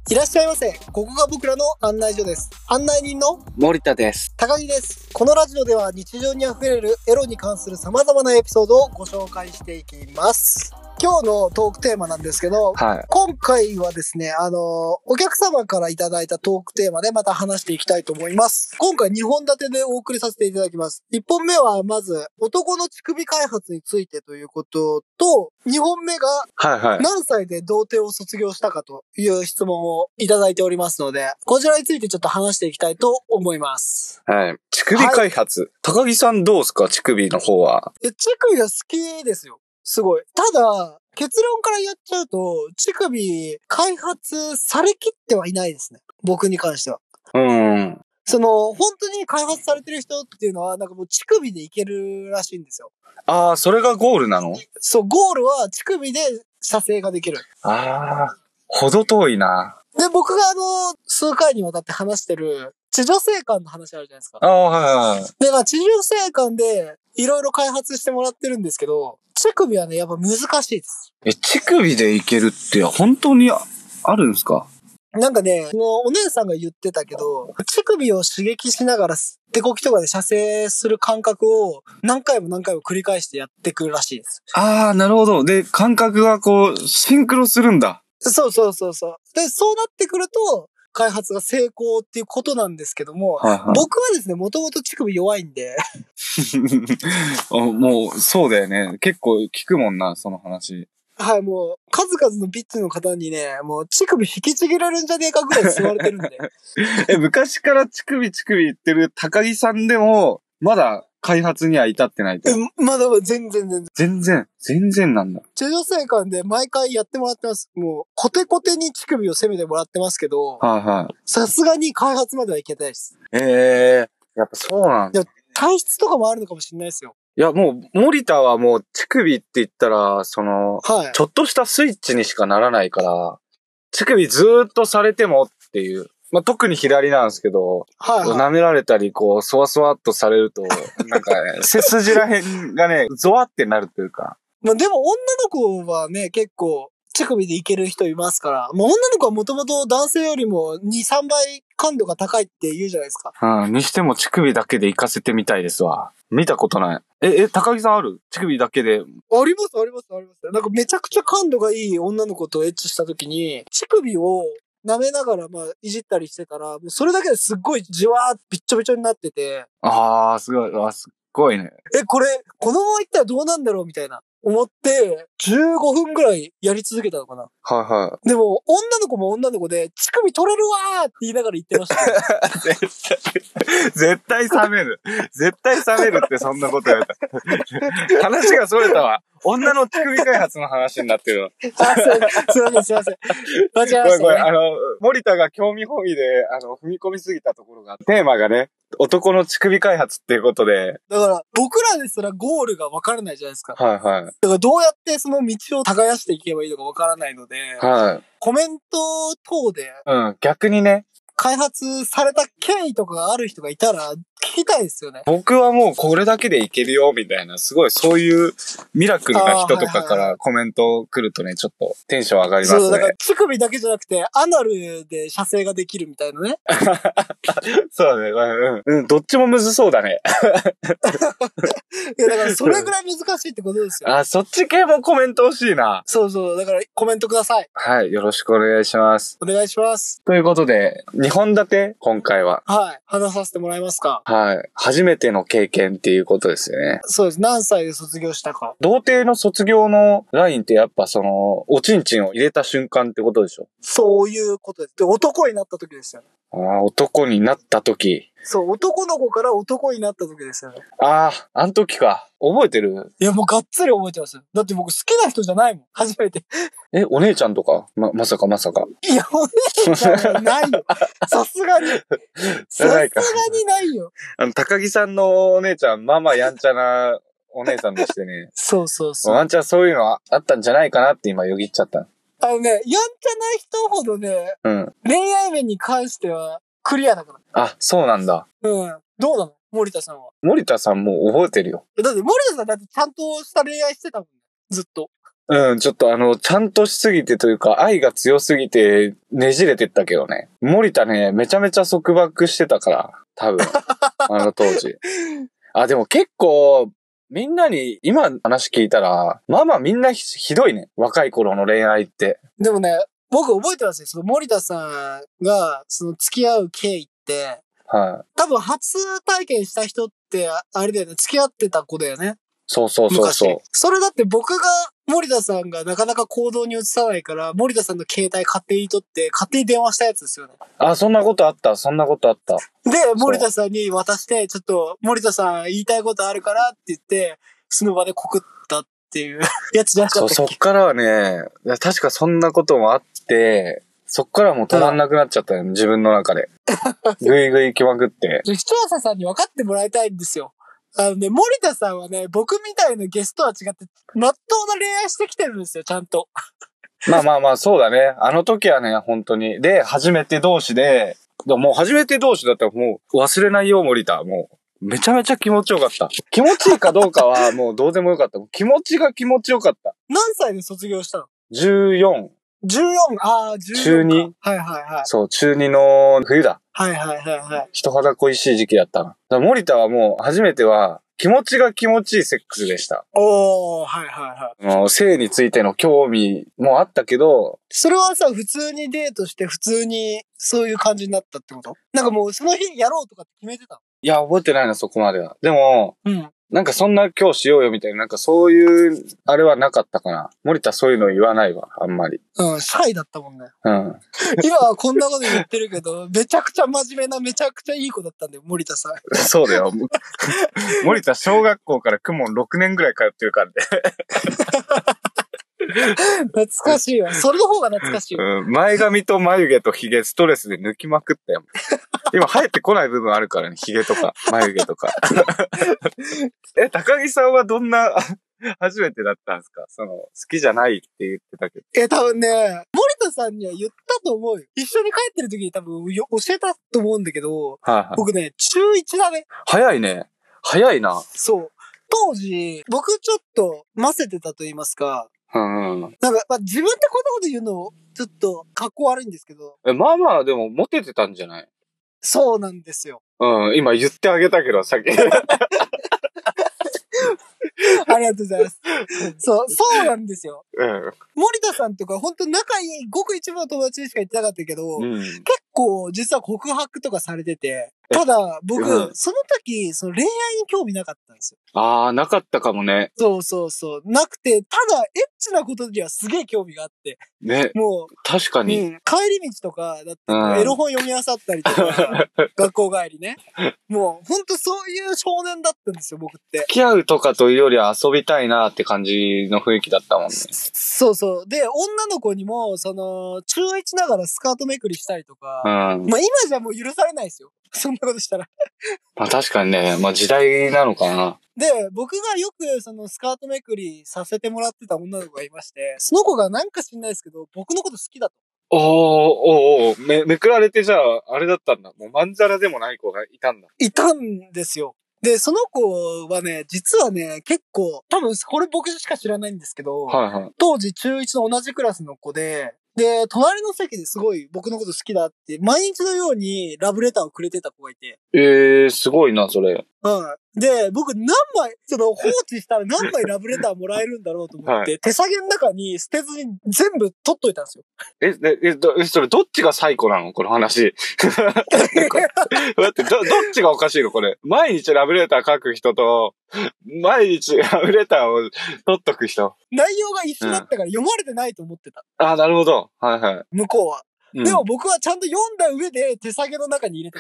いらっしゃいませ。ここが僕らの案内所です。案内人の森田です。 高木です。このラジオでは日常にあふれるエロに関する様々なエピソードをご紹介していきます。今日のトークテーマなんですけど、今回はですね、お客様からいただいたトークテーマでまた話していきたいと思います。今回2本立てでお送りさせていただきます。1本目はまず、男の乳首開発についてということと、2本目が、何歳で童貞を卒業したかという質問をいただいておりますので、こちらについてちょっと話していきたいと思います。 はい。乳首開発。高木さんどうですか？乳首の方は。 乳首が好きですよ。すごい。ただ、結論からやっちゃうと、乳首開発されきってはいないですね。僕に関しては。本当に開発されてる人っていうのは、なんかもう乳首でいけるらしいんですよ。 ああ、それがゴールなの？ そう、ゴールは乳首で射精ができる。 ああ、ほど遠いな。 で、僕が数回にわたって話してる、地女性感の話あるじゃないですか。で、地女性感で、いろいろ開発してもらってるんですけど、乳首はね、やっぱ難しいです。 乳首でいけるって本当にあるんですか？ なんかね、お姉さんが言ってたけど、乳首を刺激しながら、手こきとかで射精する感覚を何回も繰り返してやってくるらしいです。 ああ、なるほど。で、感覚がシンクロするんだ。 そう。で、そうなってくると、開発が成功っていうことなんですけども、僕はですね、もともと乳首弱いんで。 もう、そうだよね。結構聞くもんな、その話。 はい、もう、数々のビッチの方にね、もう乳首引きちぎられるんじゃねえかぐらい吸われてるんで。 昔から乳首言ってる高木さんでも、まだ開発には至ってないと。 まだ全然なんだ。 地上生館で毎回やってもらってます。もう、コテコテに乳首を攻めてもらってますけど、さすがに開発まではいけないです。 やっぱそうなんだ。 体質とかもあるのかもしれないですよ。 いや、もう、森田はもう、乳首って言ったら、ちょっとしたスイッチにしかならないから、乳首ずーっとされてもっていう。まあ、特に左なんですけど、舐められたり、そわそわっとされると、なんかね、背筋らへんがね、ゾワってなるというか。 まあ、でも女の子はね、結構、乳首でいける人いますから、もう女の子はもともと男性よりも2、3倍感度が高いって言うじゃないですか。 にしても乳首だけで行かせてみたいですわ。見たことない。高木さんある？乳首だけで。 あります。なんかめちゃくちゃ感度がいい女の子とエッチした時に、乳首を舐めながらいじったりしてたら、もうそれだけですっごいじわーっとびっちょびちょになってて。 すごい。すっごいね。 このままいったらどうなんだろうみたいな。思って、15分ぐらいやり続けたのかな。でも、女の子も女の子で、乳首取れるわーって言いながら言ってました、ね。 絶対冷めるってそんなこと言われた。話がそれたわ。女の乳首開発の話になってるわ。 すいません。間違えました、ね。 これ、森田が興味本位で、踏み込みすぎたところが、テーマがね、男の乳首開発っていうことで。 だから、僕らですらゴールがわからないじゃないですか。だからどうやってその道を耕していけばいいのかわからないので、コメント等で、 逆にね、 開発された経緯とかがある人がいたら聞きたいですよね。 僕はもうこれだけでいけるよみたいな、すごいそういうミラクルな人とかからコメント来るとね、ちょっとテンション上がりますね。 そう、だから乳首だけじゃなくて、アナルで射精ができるみたいなね。 そうだね。どっちもむずそうだね。 いや、だからそれぐらい難しいってことですよ。 そっち系もコメント欲しいな。 そう、だからコメントください。 はい、よろしくお願いします。 お願いします。 ということで、2本立て今回は。 話させてもらえますか。 初めての経験っていうことですよね。 そうです。何歳で卒業したか。 童貞の卒業のラインってやっぱおちんちんを入れた瞬間ってことでしょ？ そういうことです。で、男になった時ですよね。 男になった時。 そう、男の子から男になった時ですよね。 あの時か。覚えてる？ いや、もうがっつり覚えてます。だって僕好きな人じゃないもん。初めて。 お姉ちゃんとかまさか。 いや、お姉ちゃんはないよ。さすがに。さすがにないよ。 高木さんのお姉ちゃん、まあまあやんちゃなお姉さんでしてね。 そう。 ワンチャンそういうのあったんじゃないかなって今よぎっちゃった。 やんちゃな人ほどね、恋愛面に関してはクリアだから。 そうなんだ。 どうなの森田さんは。 森田さんも覚えてるよ。 だって森田さんだってちゃんとした恋愛してたもんね。ずっと。 うん、ちょっとちゃんとしすぎてというか、愛が強すぎてねじれてったけどね。森田ね、めちゃめちゃ束縛してたから、多分。当時。あ、でも結構、みんなに今話聞いたら、まあまあみんなひどいね。若い頃の恋愛って。 でもね、僕覚えてますよ。その森田さんが、その付き合う経緯って、 はい。 多分初体験した人って、あれだよね、付き合ってた子だよね。 そうそうそうそう。 それだって僕が、森田さんがなかなか行動に移さないから、森田さんの携帯勝手に取って、勝手に電話したやつですよね。 あ、そんなことあった。そんなことあった。 で、森田さんに渡して、ちょっと、森田さん言いたいことあるからって言って、その場で告ったっていうやつじゃなかったっけ。 そっからはね、確かそんなこともあって、そっからもう止まんなくなっちゃったよ、自分の中で。ぐいぐい来まくって。 視聴者さんに分かってもらいたいんですよ。森田さんはね、僕みたいなゲストは違って、まっとうな恋愛してきてるんですよ、ちゃんと。 まあまあまあ、そうだね。あの時はね、本当に。で、初めて同士で、もう初めて同士だったらもう忘れないよ、森田。もう、めちゃめちゃ気持ちよかった。気持ちいいかどうかはもうどうでもよかった。気持ちが気持ちよかった。 何歳で卒業したの？ 14。 14、14。 中 2？ はいはいはい。 そう、中2の冬だ。 はいはいはいはい。 人肌恋しい時期だったな。だから森田はもう初めては気持ちが気持ちいいセックスでした。 おー、はいはいはい。 性についての興味もあったけど、 それはさ、普通にデートして普通にそういう感じになったってこと？なんかもうその日やろうとかって決めてたの？ いや、覚えてないな、そこまでは。でも、 うん。 なんかそんな今日しようよみたいな、なんかそういう、あれはなかったかな。森田そういうの言わないわ、あんまり。 うん、シャイだったもんね。 うん。 今はこんなこと言ってるけど、めちゃくちゃ真面目な、めちゃくちゃいい子だったんだよ、森田さん。 そうだよ。森田小学校から公文6年ぐらい通ってるからね。 懐かしいわ。それの方が懐かしいわ。 うん。前髪と眉毛と髭ストレスで抜きまくったよ。今生えてこない部分あるからね、髭とか眉毛とか。高木さんはどんな初めてだったんですか？好きじゃないって言ってたけど。 多分ね、森田さんには言ったと思うよ。一緒に帰ってる時に多分教えたと思うんだけど、 はいはい、僕ね、中1だね。 早いね。早いな。 そう。当時、僕ちょっと混ぜてたと言いますか、 うんうん。 なんか、自分でこんなこと言うの、ちょっと、格好悪いんですけど。 まあまあ、でも、モテてたんじゃない？ そうなんですよ。 うん、今言ってあげたけど、さっき。 ありがとうございます。そうなんですよ。 うん。 森田さんとか、本当仲いい、ごく一部の友達にしか言ってなかったけど、 うん、 結構、実は告白とかされてて、ただ、僕、その時、恋愛に興味なかったんですよ。 ああ、なかったかもね。 そうそうそう。なくて、ただ、エッチなことにはすげえ興味があって。 ね。もう、確かに。 帰り道とか、だって、エロ本読み漁ったりとか、学校帰りね。もう、ほんとそういう少年だったんですよ、僕って。 付き合うとかというよりは遊びたいなって感じの雰囲気だったもんね。 そうそう。で、女の子にも、中1ながらスカートめくりしたりとか、まあ今じゃもう許されないですよ。そんなことしたら。 まあ確かにね、まあ時代なのかな。 で、僕がよくスカートめくりさせてもらってた女の子がいまして、その子がなんか知んないですけど、僕のこと好きだと。めくられてじゃあ、あれだったんだ。もうまんざらでもない子がいたんだ。 いたんですよ。で、その子はね、実はね、結構、多分これ僕しか知らないんですけど、はいはい、当時中1の同じクラスの子で、隣の席ですごい僕のこと好きだって、毎日のようにラブレターをくれてた子がいて。すごいな、それ。うん。で、僕何枚、放置したら何枚ラブレターもらえるんだろうと思って、はい、手提げの中に捨てずに全部取っといたんですよ。それどっちが最古なのこの話。だってどっちがおかしいのこれ。毎日ラブレター書く人と、毎日ラブレターを取っとく人。内容が一緒だったから読まれてないと思ってた。あ、なるほど。はいはい。向こうは。でも僕はちゃんと読んだ上で手提げの中に入れて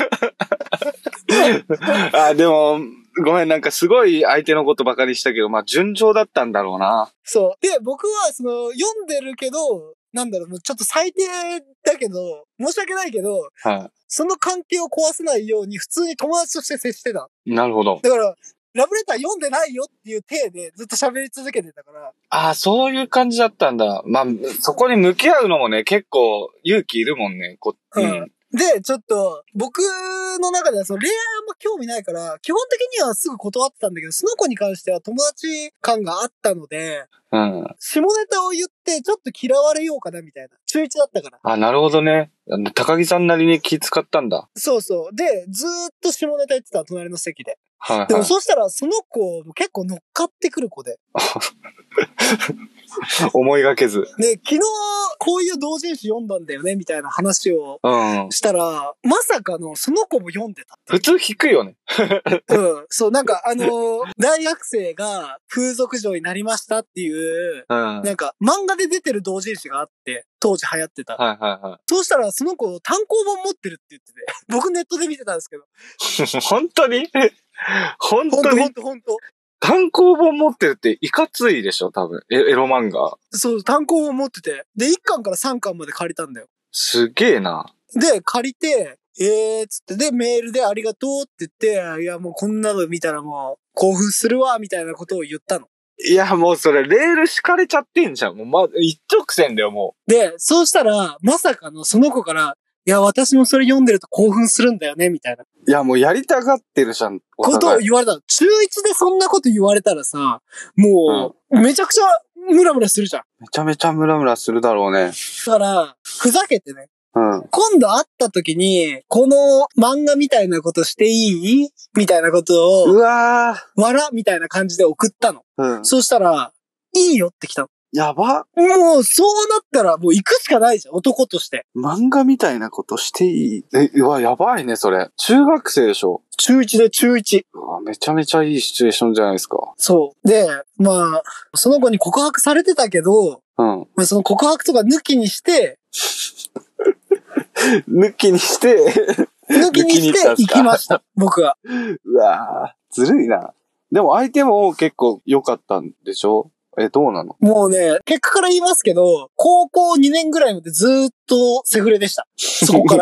た。あ、でも、ごめん、なんかすごい相手のことばかりしたけど、まあ順調だったんだろうな。そう。で、僕は読んでるけど、なんだろう、もうちょっと最低だけど、申し訳ないけど、はい。その関係を壊さないように普通に友達として接してた。なるほど。だから、ラブレター読んでないよっていう体でずっと喋り続けてたから。ああ、そういう感じだったんだ。まあ、そこに向き合うのもね、結構勇気いるもんね。うん。 で、ちょっと、僕の中ではその恋愛あんま興味ないから、基本的にはすぐ断ってたんだけど、その子に関しては友達感があったので、 うん。 下ネタを言って、ちょっと嫌われようかなみたいな。中1だったから。 あ、なるほどね。高木さんなりに気使ったんだ。 そうそう。で、ずーっと下ネタ言ってた、隣の席で。 はいはい。 でもそしたら、その子、結構乗っかってくる子で。 思いがけず。 で、昨日、こういう同人誌読んだんだよね、みたいな話をしたら、まさかの、その子も読んでた。 普通引くよね。 うん。そう、なんか大学生が風俗嬢になりましたっていう、なんか漫画で出てる同人誌があって、当時流行ってた。 はいはいはい。 そうしたら、その子単行本持ってるって言ってて、僕ネットで見てたんですけど。 本当に本当に本当。 単行本持ってるっていかついでしょ、多分。エロ漫画。 そう、単行本持ってて。で、1巻から3巻まで借りたんだよ。 すげえな。 で、借りて、つって、で、メールでありがとうって言って、いや、もうこんなの見たらもう興奮するわ、みたいなことを言ったの。 いや、もうそれ、レール敷かれちゃってんじゃん。もう一直線だよ、もう。で、そうしたら、まさかのその子から、いや、私もそれ読んでると興奮するんだよね、みたいな。 いや、もうやりたがってるじゃん。 ことを言われたの。中1でそんなこと言われたらさ、もう、めちゃくちゃムラムラするじゃん。 めちゃめちゃムラムラするだろうね。 だから、ふざけてね。 うん。 今度会った時に、この漫画みたいなことしていいみたいなことを、 うわー。笑みたいな感じで送ったの。 うん。 そうしたら、いいよって来たの。 やば。 もう、そうなったら、もう行くしかないじゃん、男として。 漫画みたいなことしていい？うわ、やばいね、それ。中学生でしょ？ 中1で中1。 うわ、めちゃめちゃいいシチュエーションじゃないですか。 そう。で、まあ、その子に告白されてたけど、 うん。 まあ、その告白とか抜きにして、 抜きにして行きました、僕は。 うわぁ、ずるいな。でも相手も結構良かったんでしょ？どうなの？ もうね、結果から言いますけど、高校2年ぐらいまでずーっとセフレでした。そこから。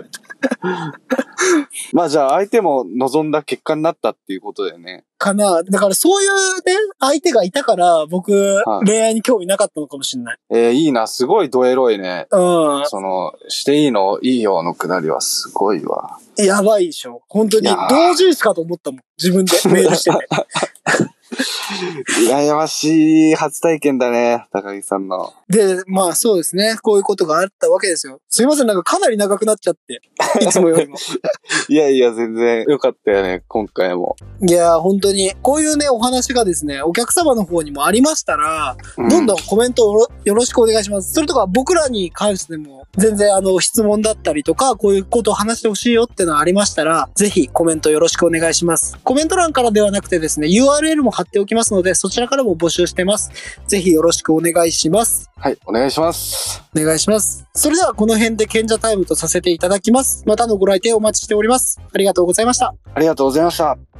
まあじゃあ相手も望んだ結果になったっていうことだよね。 かな。だからそういうね、相手がいたから、僕、恋愛に興味なかったのかもしれない。 いいな、すごいドエロいね。 うん。 していいの、いいよのくだりはすごいわ。 やばいでしょ。本当に、同人誌かと思ったもん。自分でメールしてて。 羨ましい初体験だね、高木さんの。 で、まあそうですね。こういうことがあったわけですよ。すいません、なんかかなり長くなっちゃって。いつもよりも。 いやいや、全然良かったよね、今回も。 いや、本当に。こういうね、お話がですね、お客様の方にもありましたら、どんどんコメントをよろしくお願いします。それとか僕らに関しても、全然質問だったりとか、こういうことを話してほしいよってのがありましたら、ぜひコメントよろしくお願いします。コメント欄からではなくてですね、URL も貼っておきますので、そちらからも募集してます。ぜひよろしくお願いします。 はい、お願いします。 お願いします。それではこの辺で賢者タイムとさせていただきます。またのご来店お待ちしております。ありがとうございました。 ありがとうございました。